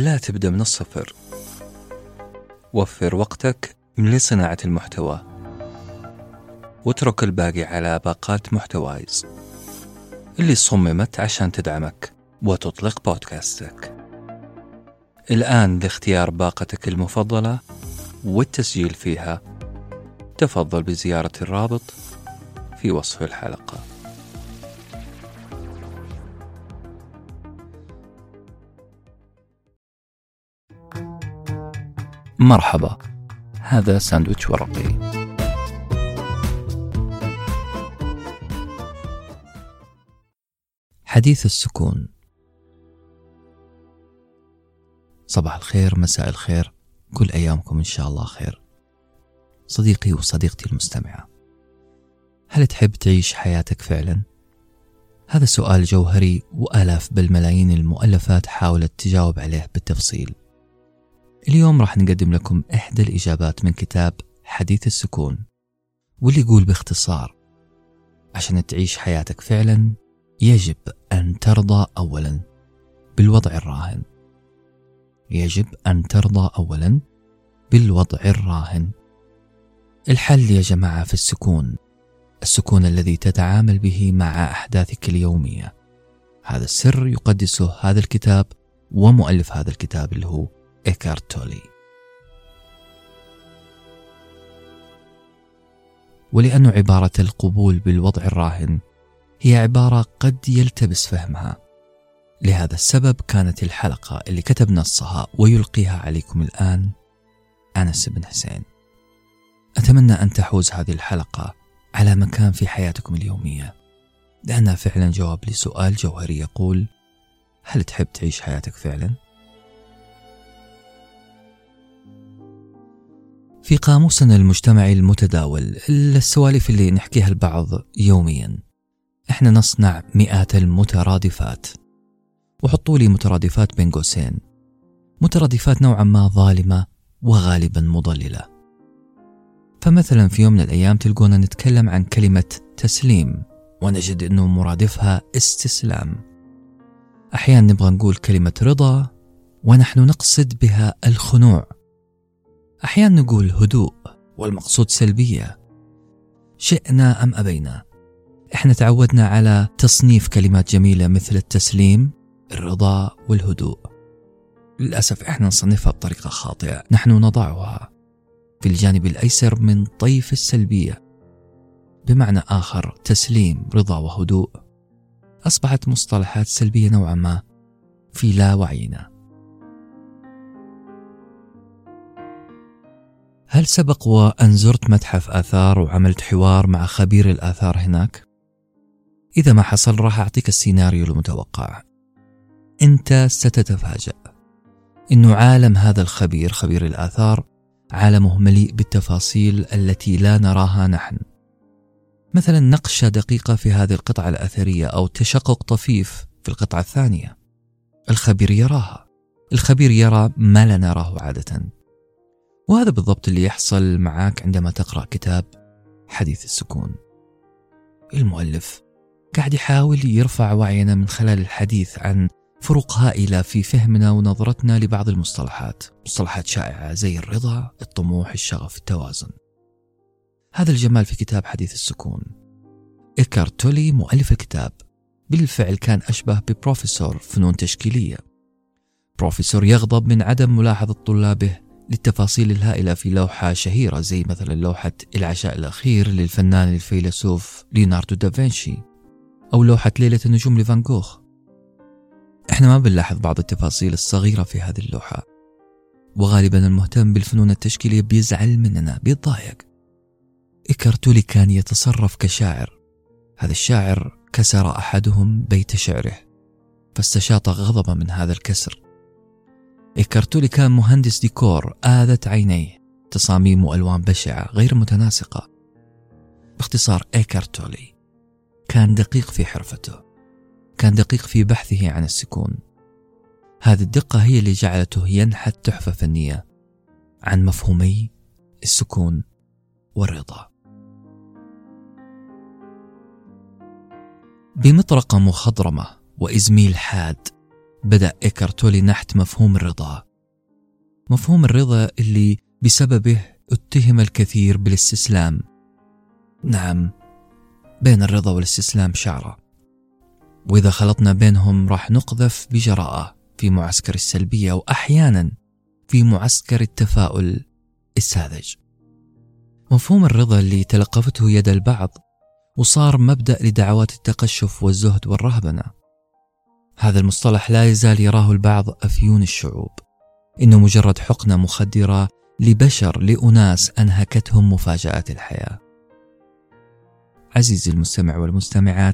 لا تبدأ من الصفر. وفر وقتك لصناعة المحتوى واترك الباقي على باقات محتوايز اللي صممت عشان تدعمك وتطلق بودكاستك. الآن لاختيار باقتك المفضلة والتسجيل فيها تفضل بزيارة الرابط في وصف الحلقة. مرحبا، هذا ساندويتش ورقي. حديث السكون. صباح الخير، مساء الخير، كل أيامكم إن شاء الله خير. صديقي وصديقتي المستمعة، هل تحب تعيش حياتك فعلا؟ هذا سؤال جوهري وآلاف بل ملايين المؤلفات حاولت تجاوب عليه بالتفصيل. اليوم راح نقدم لكم إحدى الإجابات من كتاب حديث السكون، واللي يقول باختصار: عشان تعيش حياتك فعلا يجب أن ترضى أولا بالوضع الراهن. يجب أن ترضى أولا بالوضع الراهن. الحل يا جماعة في السكون، السكون الذي تتعامل به مع أحداثك اليومية. هذا السر يقدسه هذا الكتاب ومؤلف هذا الكتاب اللي هو إيكارت تولي. ولأن عبارة القبول بالوضع الراهن هي عبارة قد يلتبس فهمها، لهذا السبب كانت الحلقة اللي كتب نصها ويلقيها عليكم الآن أنس بن حسين. أتمنى أن تحوز هذه الحلقة على مكان في حياتكم اليومية، لأنها فعلا جواب لسؤال جوهري يقول: هل تحب تعيش حياتك فعلا؟ في قاموسنا المجتمعي المتداول، السوالف اللي نحكيها البعض يوميا، احنا نصنع مئات المترادفات. وحطوا لي مترادفات بين قوسين، مترادفات نوعا ما ظالمة وغالبا مضللة. فمثلا في يوم من الأيام تلقونا نتكلم عن كلمة تسليم ونجد أنه مرادفها استسلام. أحيانا نبغى نقول كلمة رضا ونحن نقصد بها الخنوع. أحيانا نقول هدوء والمقصود سلبية. شئنا أم أبينا، إحنا تعودنا على تصنيف كلمات جميلة مثل التسليم، الرضا والهدوء. للأسف إحنا نصنفها بطريقة خاطئة، نحن نضعها في الجانب الأيسر من طيف السلبية. بمعنى آخر، تسليم، رضا وهدوء أصبحت مصطلحات سلبية نوعا ما في لا وعينا. هل سبق وأن زرت متحف آثار وعملت حوار مع خبير الآثار هناك؟ إذا ما حصل راح أعطيك السيناريو المتوقع. أنت ستتفاجأ إنه عالم هذا الخبير، خبير الآثار، عالمه مليء بالتفاصيل التي لا نراها نحن. مثلا نقشة دقيقة في هذه القطعة الأثرية أو تشقق طفيف في القطعة الثانية، الخبير يراها. الخبير يرى ما لا نراه عادة. وهذا بالضبط اللي يحصل معك عندما تقرأ كتاب حديث السكون. المؤلف قاعد يحاول يرفع وعينا من خلال الحديث عن فروق هائلة في فهمنا ونظرتنا لبعض المصطلحات، مصطلحات شائعة زي الرضا، الطموح، الشغف، التوازن. هذا الجمال في كتاب حديث السكون. إيكارت تولي مؤلف الكتاب بالفعل كان أشبه ببروفيسور فنون تشكيلية، بروفيسور يغضب من عدم ملاحظة طلابه للتفاصيل الهائلة في لوحة شهيرة زي مثلا لوحة العشاء الأخير للفنان الفيلسوف ليوناردو دافنشي، أو لوحة ليلة النجوم لفان جوخ. احنا ما بنلاحظ بعض التفاصيل الصغيرة في هذه اللوحة، وغالبا المهتم بالفنون التشكيلية بيزعل مننا، بيتضايق. إيكارت تولي كان يتصرف كشاعر. هذا الشاعر كسر أحدهم بيت شعره فاستشاط غضبا من هذا الكسر. إيكارت تولي كان مهندس ديكور، آذت عينيه تصاميم وألوان بشعة غير متناسقة. باختصار، إيكارت تولي كان دقيق في حرفته، كان دقيق في بحثه عن السكون. هذه الدقة هي اللي جعلته ينحت تحفة فنية عن مفهومي السكون والرضا. بمطرقة مخضرمة وإزميل حاد بدأ إيكارت تولي نحت مفهوم الرضا، مفهوم الرضا اللي بسببه اتهم الكثير بالاستسلام. نعم، بين الرضا والاستسلام شعرة، وإذا خلطنا بينهم راح نقذف بجراءة في معسكر السلبية، وأحيانا في معسكر التفاؤل الساذج. مفهوم الرضا اللي تلقفته يد البعض وصار مبدأ لدعوات التقشف والزهد والرهبنة. هذا المصطلح لا يزال يراه البعض أفيون الشعوب، إنه مجرد حقنة مخدرة لبشر، لأناس أنهكتهم مفاجآت الحياة. عزيزي المستمع والمستمعة،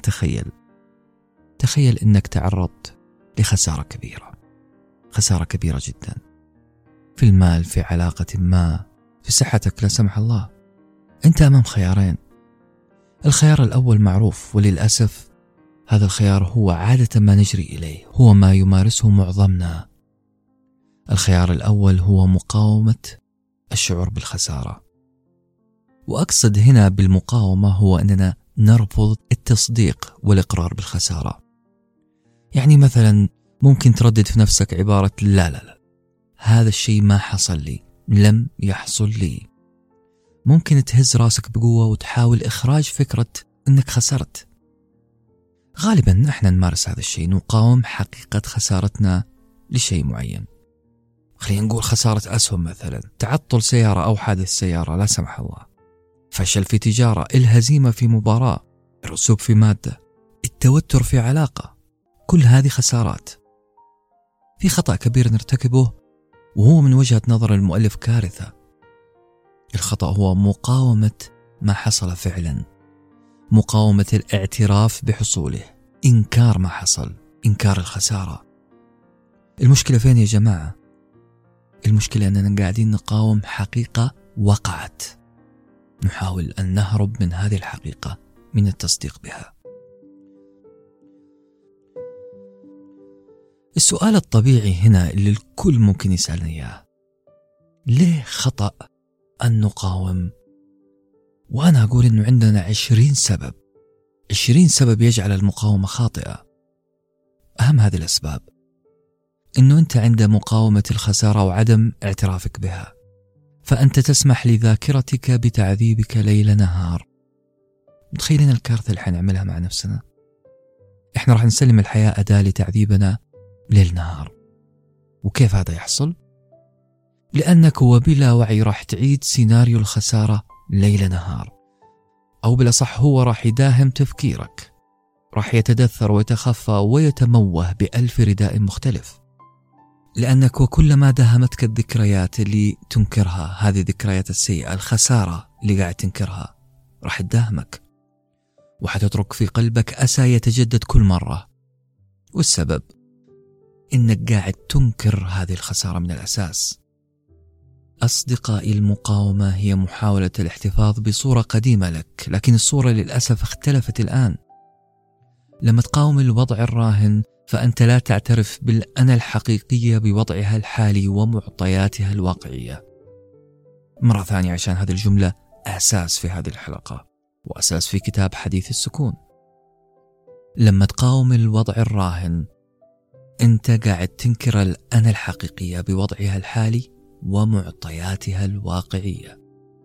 تخيل إنك تعرضت لخسارة كبيرة، خسارة كبيرة جدا، في المال، في علاقة ما، في صحتك لا سمح الله. أنت أمام خيارين. الخيار الأول معروف، وللأسف هذا الخيار هو عادة ما نجري إليه، هو ما يمارسه معظمنا. الخيار الأول هو مقاومة الشعور بالخسارة، وأقصد هنا بالمقاومة هو أننا نرفض التصديق والإقرار بالخسارة. يعني مثلا ممكن تردد في نفسك عبارة لا، هذا الشيء ما حصل لي، لم يحصل لي. ممكن تهز راسك بقوة وتحاول إخراج فكرة أنك خسرت. غالبا احنا نمارس هذا الشيء، نقاوم حقيقة خسارتنا لشيء معين. خلينا نقول خسارة أسهم مثلا، تعطل سيارة أو حادث سيارة لا سمح الله، فشل في تجارة، الهزيمة في مباراة، الرسوب في مادة، التوتر في علاقة. كل هذه خسارات. في خطأ كبير نرتكبه وهو من وجهة نظر المؤلف كارثة. الخطأ هو مقاومة ما حصل فعلا، مقاومة الاعتراف بحصوله، إنكار ما حصل، إنكار الخسارة. المشكلة فين يا جماعة؟ المشكلة أننا قاعدين نقاوم حقيقة وقعت، نحاول أن نهرب من هذه الحقيقة، من التصديق بها. السؤال الطبيعي هنا اللي الكل ممكن يسألني إياه: ليه خطأ أن نقاوم؟ وأنا أقول إنه عندنا 20 سبب يجعل المقاومة خاطئة. أهم هذه الأسباب إنه أنت عند مقاومة الخسارة وعدم اعترافك بها، فأنت تسمح لذاكرتك بتعذيبك ليل نهار. متخيلين الكارثة اللي حنعملها مع نفسنا؟ إحنا راح نسلم الحياة أداة لتعذيبنا ليل نهار. وكيف هذا يحصل؟ لأنك وبلا وعي راح تعيد سيناريو الخسارة ليل نهار، أو بالأصح هو راح يداهم تفكيرك، راح يتدثر ويتخفى ويتموه بألف رداء مختلف. لأنك وكلما داهمتك الذكريات اللي تنكرها، هذه الذكريات السيئة، الخسارة اللي قاعد تنكرها راح تداهمك وحتترك في قلبك أسى يتجدد كل مرة. والسبب إنك قاعد تنكر هذه الخسارة من الأساس. أصدقائي، المقاومة هي محاولة الاحتفاظ بصورة قديمة لك، لكن الصورة للأسف اختلفت الآن. لما تقاوم الوضع الراهن فأنت لا تعترف بالأنا الحقيقية بوضعها الحالي ومعطياتها الواقعية. مرة ثانية، عشان هذه الجملة أساس في هذه الحلقة وأساس في كتاب حديث السكون. لما تقاوم الوضع الراهن أنت قاعد تنكر الأنا الحقيقية بوضعها الحالي ومعطياتها الواقعية.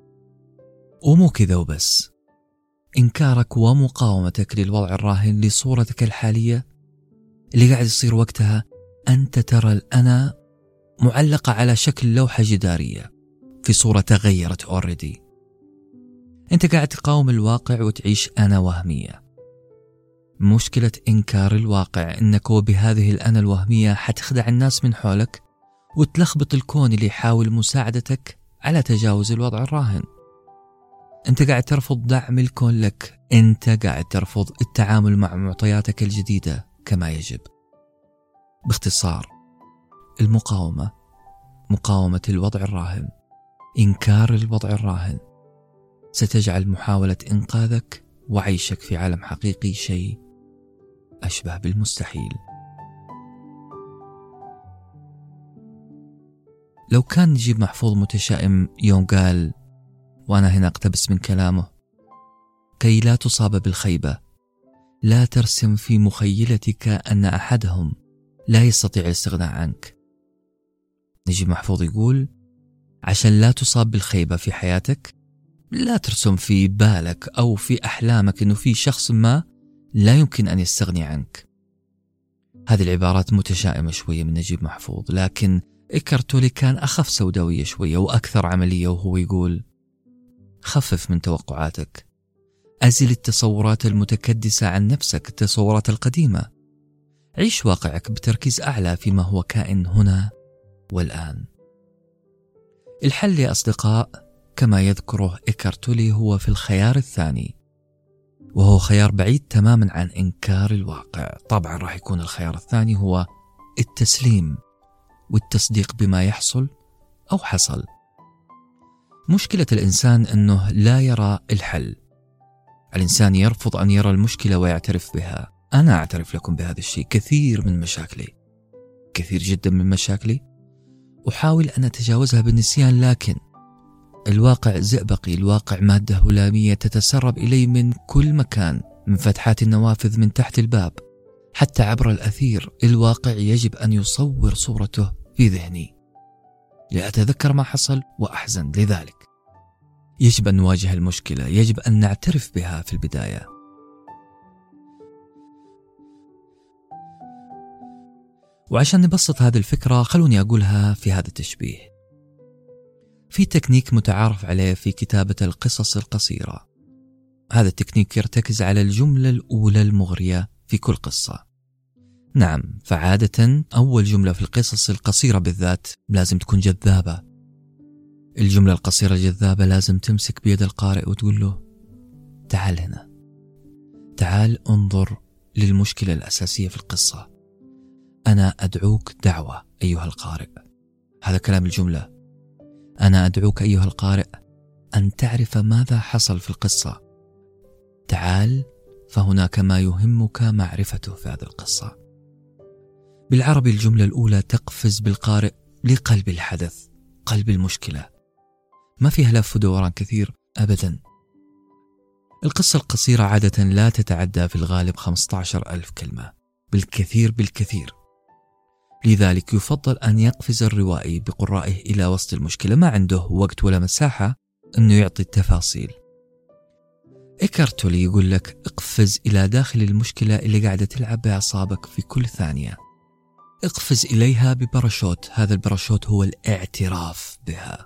ومو كذا وبس، إنكارك ومقاومتك للوضع الراهن لصورتك الحالية اللي قاعد يصير وقتها أنت ترى الأنا معلقة على شكل لوحة جدارية في صورة تغيرت already. أنت قاعد تقاوم الواقع وتعيش أنا وهمية. مشكلة إنكار الواقع إنك وبهذه الأنا الوهمية حتخدع الناس من حولك وتلخبط الكون اللي يحاول مساعدتك على تجاوز الوضع الراهن. أنت قاعد ترفض دعم الكون لك، أنت قاعد ترفض التعامل مع معطياتك الجديدة كما يجب. باختصار، المقاومة، مقاومة الوضع الراهن، إنكار الوضع الراهن، ستجعل محاولة إنقاذك وعيشك في عالم حقيقي شيء أشبه بالمستحيل. لو كان نجيب محفوظ متشائم يوم قال، وأنا هنا أقتبس من كلامه: كي لا تصاب بالخيبة لا ترسم في مخيلتك أن أحدهم لا يستطيع الاستغناء عنك. نجيب محفوظ يقول: عشان لا تصاب بالخيبة في حياتك، لا ترسم في بالك أو في أحلامك أنه في شخص ما لا يمكن أن يستغني عنك. هذه العبارات متشائمة شوية من نجيب محفوظ، لكن إيكارت تولي كان أخف سوداوية شوية وأكثر عملية، وهو يقول: خفف من توقعاتك، أزل التصورات المتكدسة عن نفسك، التصورات القديمة، عيش واقعك بتركيز أعلى فيما هو كائن هنا والآن. الحل يا أصدقاء كما يذكره إيكارت تولي هو في الخيار الثاني، وهو خيار بعيد تماما عن إنكار الواقع. طبعا راح يكون الخيار الثاني هو التسليم والتصديق بما يحصل أو حصل. مشكلة الإنسان أنه لا يرى الحل. الإنسان يرفض أن يرى المشكلة ويعترف بها. أنا أعترف لكم بهذا الشيء. كثير من مشاكلي، كثير جدا من مشاكلي أحاول أن أتجاوزها بالنسيان، لكن الواقع زئبقي، الواقع مادة هلامية تتسرب إلي من كل مكان، من فتحات النوافذ، من تحت الباب، حتى عبر الأثير. الواقع يجب أن يصور صورته في ذهني لأتذكر ما حصل وأحزن. لذلك يجب أن نواجه المشكلة، يجب أن نعترف بها في البداية. وعشان نبسط هذه الفكرة خلوني أقولها في هذا التشبيه. في تكنيك متعارف عليه في كتابة القصص القصيرة. هذا التكنيك يرتكز على الجملة الأولى المغرية في كل قصة. نعم، فعادة أول جملة في القصص القصيرة بالذات لازم تكون جذابة. الجملة القصيرة الجذابة لازم تمسك بيد القارئ وتقول له: تعال هنا، تعال انظر للمشكلة الأساسية في القصة. أنا أدعوك دعوة أيها القارئ. هذا كلام الجملة. أنا أدعوك أيها القارئ أن تعرف ماذا حصل في القصة. تعال، فهناك ما يهمك معرفته في هذه القصة. بالعربي الجملة الأولى تقفز بالقارئ لقلب الحدث، قلب المشكلة، ما فيها لف ودوران كثير أبدا. القصة القصيرة عادة لا تتعدى في الغالب 15,000 كلمة بالكثير بالكثير. لذلك يفضل أن يقفز الروائي بقرائه إلى وسط المشكلة، ما عنده وقت ولا مساحة أنه يعطي التفاصيل. إيكارت تولي يقول لك: اقفز إلى داخل المشكلة اللي قاعدة تلعب بأعصابك في كل ثانية، اقفز إليها بباراشوت. هذا الباراشوت هو الاعتراف بها.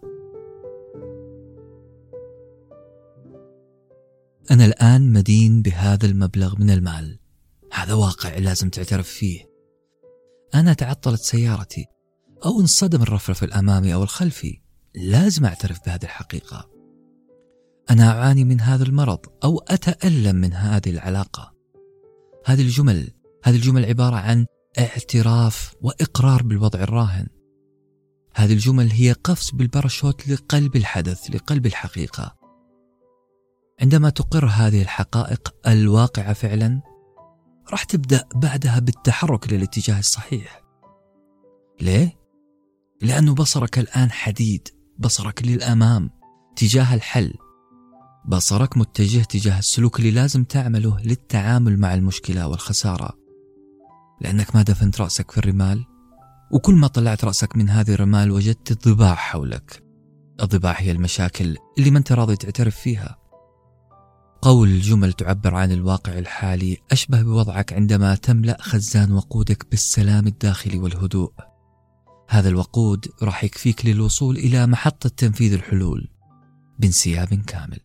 أنا الآن مدين بهذا المبلغ من المال، هذا واقع لازم تعترف فيه. أنا تعطلت سيارتي أو انصدم الرفرف الأمامي أو الخلفي، لازم أعترف بهذه الحقيقة. أنا أعاني من هذا المرض أو أتألم من هذه العلاقة. هذه الجمل عبارة عن اعتراف وإقرار بالوضع الراهن. هذه الجمل هي قفز بالباراشوت لقلب الحدث، لقلب الحقيقة. عندما تقر هذه الحقائق الواقعة فعلا، راح تبدأ بعدها بالتحرك للاتجاه الصحيح. ليه؟ لأنه بصرك الآن حديد، بصرك للأمام تجاه الحل، بصرك متجه تجاه السلوك اللي لازم تعمله للتعامل مع المشكلة والخسارة. لأنك ما دفنت رأسك في الرمال، وكل ما طلعت رأسك من هذه الرمال وجدت الضباع حولك. الضباع هي المشاكل اللي ما انت راضي تعترف فيها. قول الجمل تعبر عن الواقع الحالي أشبه بوضعك عندما تملأ خزان وقودك بالسلام الداخلي والهدوء. هذا الوقود راح يكفيك للوصول إلى محطة تنفيذ الحلول بانسياب كامل.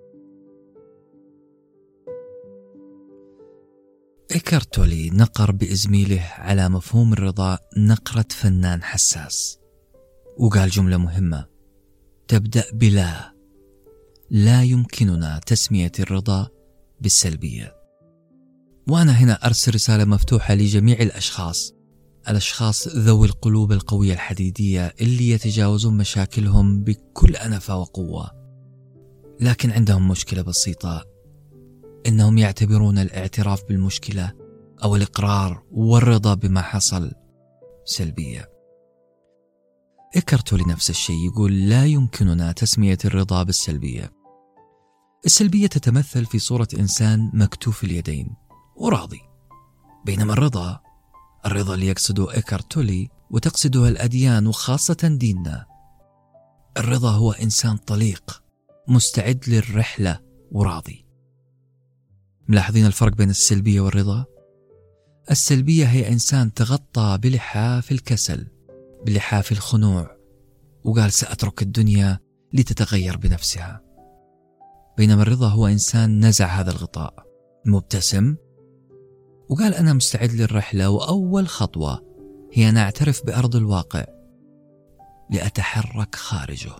إيكارت تولي نقر بإزميله على مفهوم الرضا نقرة فنان حساس، وقال جملة مهمة تبدأ بلا. لا يمكننا تسمية الرضا بالسلبية. وأنا هنا أرسل رسالة مفتوحة لجميع الأشخاص ذوي القلوب القوية الحديدية اللي يتجاوزون مشاكلهم بكل أنفة وقوة، لكن عندهم مشكلة بسيطة، إنهم يعتبرون الاعتراف بالمشكلة أو الإقرار والرضا بما حصل سلبية. إيكارت تولي نفس الشيء، يقول: لا يمكننا تسمية الرضا بالسلبية. السلبية تتمثل في صورة إنسان مكتوف اليدين وراضي، بينما الرضا الرضا اللي يقصده إيكارت تولي وتقصده الأديان وخاصة ديننا. الرضا هو إنسان طليق مستعد للرحلة وراضي. ملاحظين الفرق بين السلبية والرضا؟ السلبية هي إنسان تغطى بلحاف الكسل، بلحاف الخنوع، وقال سأترك الدنيا لتتغير بنفسها. بينما الرضا هو إنسان نزع هذا الغطاء، مبتسم، وقال أنا مستعد للرحلة، وأول خطوة هي أن أعترف بأرض الواقع لأتحرك خارجه.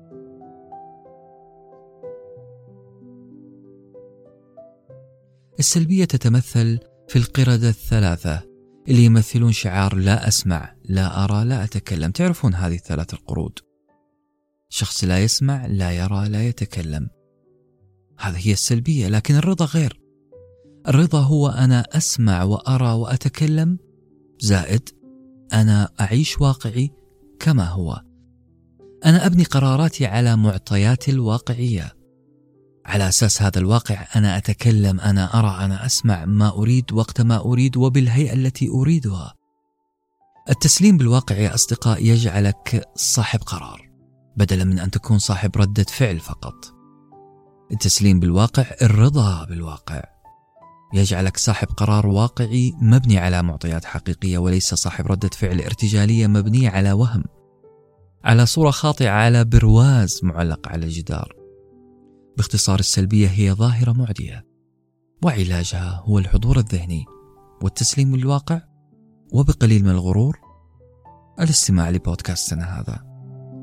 السلبية تتمثل في القردة الثلاثة اللي يمثلون شعار لا أسمع، لا أرى، لا أتكلم. تعرفون هذه الثلاث القرود؟ شخص لا يسمع، لا يرى، لا يتكلم. هذه هي السلبية. لكن الرضا غير. الرضا هو أنا أسمع وأرى وأتكلم، زائد أنا أعيش واقعي كما هو. أنا أبني قراراتي على معطيات الواقعية. على أساس هذا الواقع أنا أتكلم، أنا أرى، أنا أسمع ما أريد وقت ما أريد وبالهيئة التي أريدها. التسليم بالواقع يا أصدقاء يجعلك صاحب قرار بدلا من أن تكون صاحب ردة فعل فقط. التسليم بالواقع، الرضا بالواقع، يجعلك صاحب قرار واقعي مبني على معطيات حقيقية، وليس صاحب ردة فعل ارتجالية مبنية على وهم، على صورة خاطئة، على برواز معلق على الجدار. باختصار، السلبية هي ظاهرة معدية، وعلاجها هو الحضور الذهني والتسليم بالواقع، وبقليل من الغرور الاستماع لبودكاستنا هذا.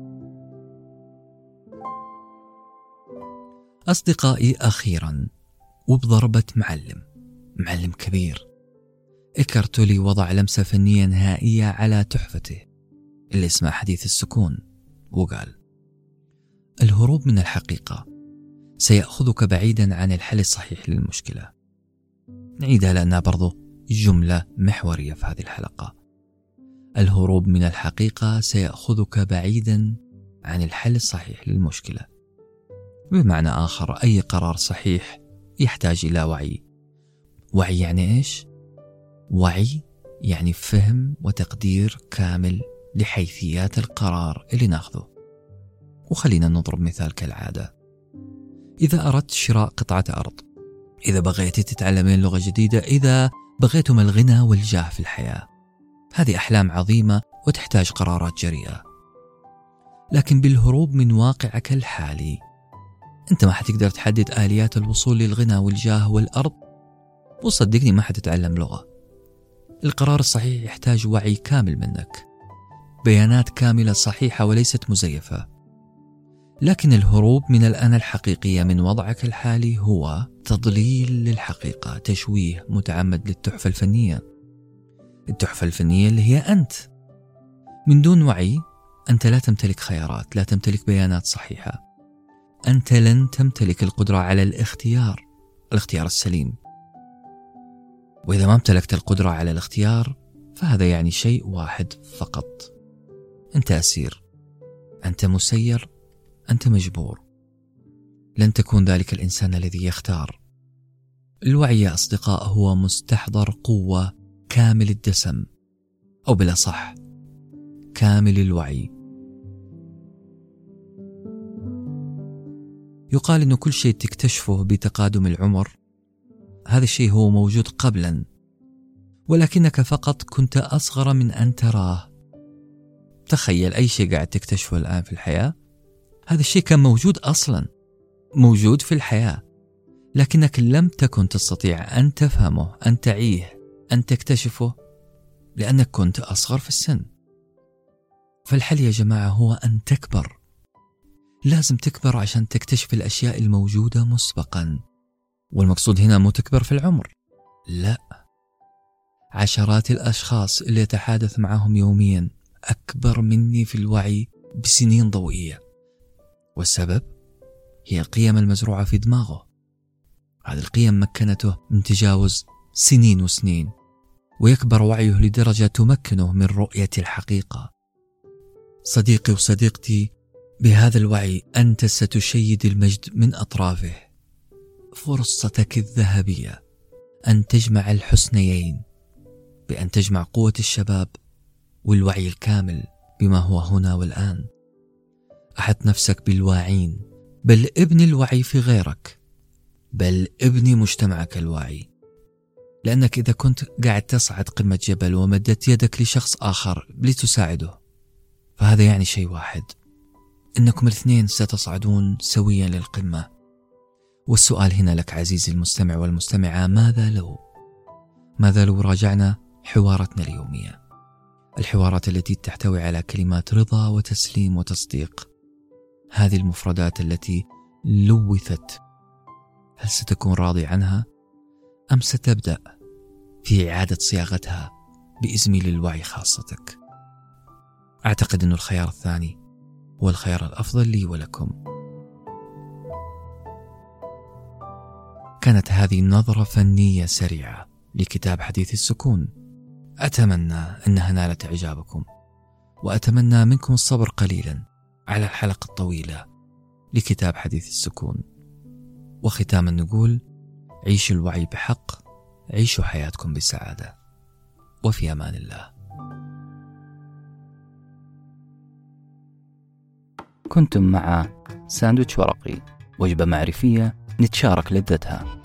أصدقائي، أخيرا وبضربة معلم كبير، إيكارت تولي وضع لمسة فنية نهائية على تحفته اللي اسمها حديث السكون، وقال: الهروب من الحقيقة سيأخذك بعيدا عن الحل الصحيح للمشكلة. نعيدها لأنها برضو جملة محورية في هذه الحلقة. الهروب من الحقيقة سيأخذك بعيدا عن الحل الصحيح للمشكلة. بمعنى آخر، أي قرار صحيح يحتاج إلى وعي. وعي يعني إيش؟ وعي يعني فهم وتقدير كامل لحيثيات القرار اللي ناخذه. وخلينا نضرب مثال كالعادة. إذا أردت شراء قطعة أرض، إذا بغيت تتعلمين لغة جديدة، إذا بغيتم الغنى والجاه في الحياة، هذه أحلام عظيمة وتحتاج قرارات جريئة. لكن بالهروب من واقعك الحالي أنت ما حتقدر تحدد آليات الوصول للغنى والجاه والأرض، وصدقني ما حتتعلم لغة. القرار الصحيح يحتاج وعي كامل منك، بيانات كاملة صحيحة وليست مزيفة. لكن الهروب من الأنا الحقيقية من وضعك الحالي هو تضليل للحقيقة، تشويه متعمد للتحفة الفنية. التحفة الفنية اللي هي أنت. من دون وعي أنت لا تمتلك خيارات، لا تمتلك بيانات صحيحة. أنت لن تمتلك القدرة على الاختيار السليم. وإذا ما امتلكت القدرة على الاختيار فهذا يعني شيء واحد فقط: أنت أسير، أنت مسير، أنت مجبور. لن تكون ذلك الإنسان الذي يختار. الوعي يا أصدقاء هو مستحضر قوة كامل الدسم، أو بالأصح كامل الوعي. يقال إنه كل شيء تكتشفه بتقادم العمر هذا الشيء هو موجود قبلا، ولكنك فقط كنت أصغر من أن تراه. تخيل أي شيء قاعد تكتشفه الآن في الحياة، هذا الشيء كان موجود أصلا، موجود في الحياة، لكنك لم تكن تستطيع أن تفهمه، أن تعيه، أن تكتشفه، لأنك كنت أصغر في السن. فالحل يا جماعة هو أن تكبر. لازم تكبر عشان تكتشف الأشياء الموجودة مسبقا. والمقصود هنا مو تكبر في العمر، لا، عشرات الأشخاص اللي أتحادث معهم يوميا أكبر مني في الوعي بسنين ضوئية، والسبب هي القيم المزروعة في دماغه. هذه القيم مكنته من تجاوز سنين وسنين، ويكبر وعيه لدرجة تمكنه من رؤية الحقيقة. صديقي وصديقتي، بهذا الوعي أنت ستشيد المجد من أطرافه. فرصتك الذهبية أن تجمع الحسنيين بأن أن تجمع قوة الشباب والوعي الكامل بما هو هنا والآن. أحط نفسك بالواعين، بل ابني الوعي في غيرك، بل ابني مجتمعك الواعي. لأنك إذا كنت قاعد تصعد قمة جبل ومدت يدك لشخص آخر لتساعده، فهذا يعني شيء واحد، إنكم الاثنين ستصعدون سويا للقمة. والسؤال هنا لك عزيزي المستمع والمستمعة، ماذا لو راجعنا حواراتنا اليومية، الحوارات التي تحتوي على كلمات رضا وتسليم وتصديق، هذه المفردات التي لوثت، هل ستكون راضي عنها أم ستبدأ في إعادة صياغتها بإزميل الوعي خاصتك؟ أعتقد أن الخيار الثاني هو الخيار الأفضل لي ولكم. كانت هذه نظرة فنية سريعة لكتاب حديث السكون، أتمنى أنها نالت إعجابكم، وأتمنى منكم الصبر قليلا على الحلقة الطويلة لكتاب حديث السكون. وختاما نقول: عيشوا الوعي بحق، عيشوا حياتكم بسعادة، وفي أمان الله. كنتم مع ساندويتش ورقي، وجبة معرفية نتشارك لذتها.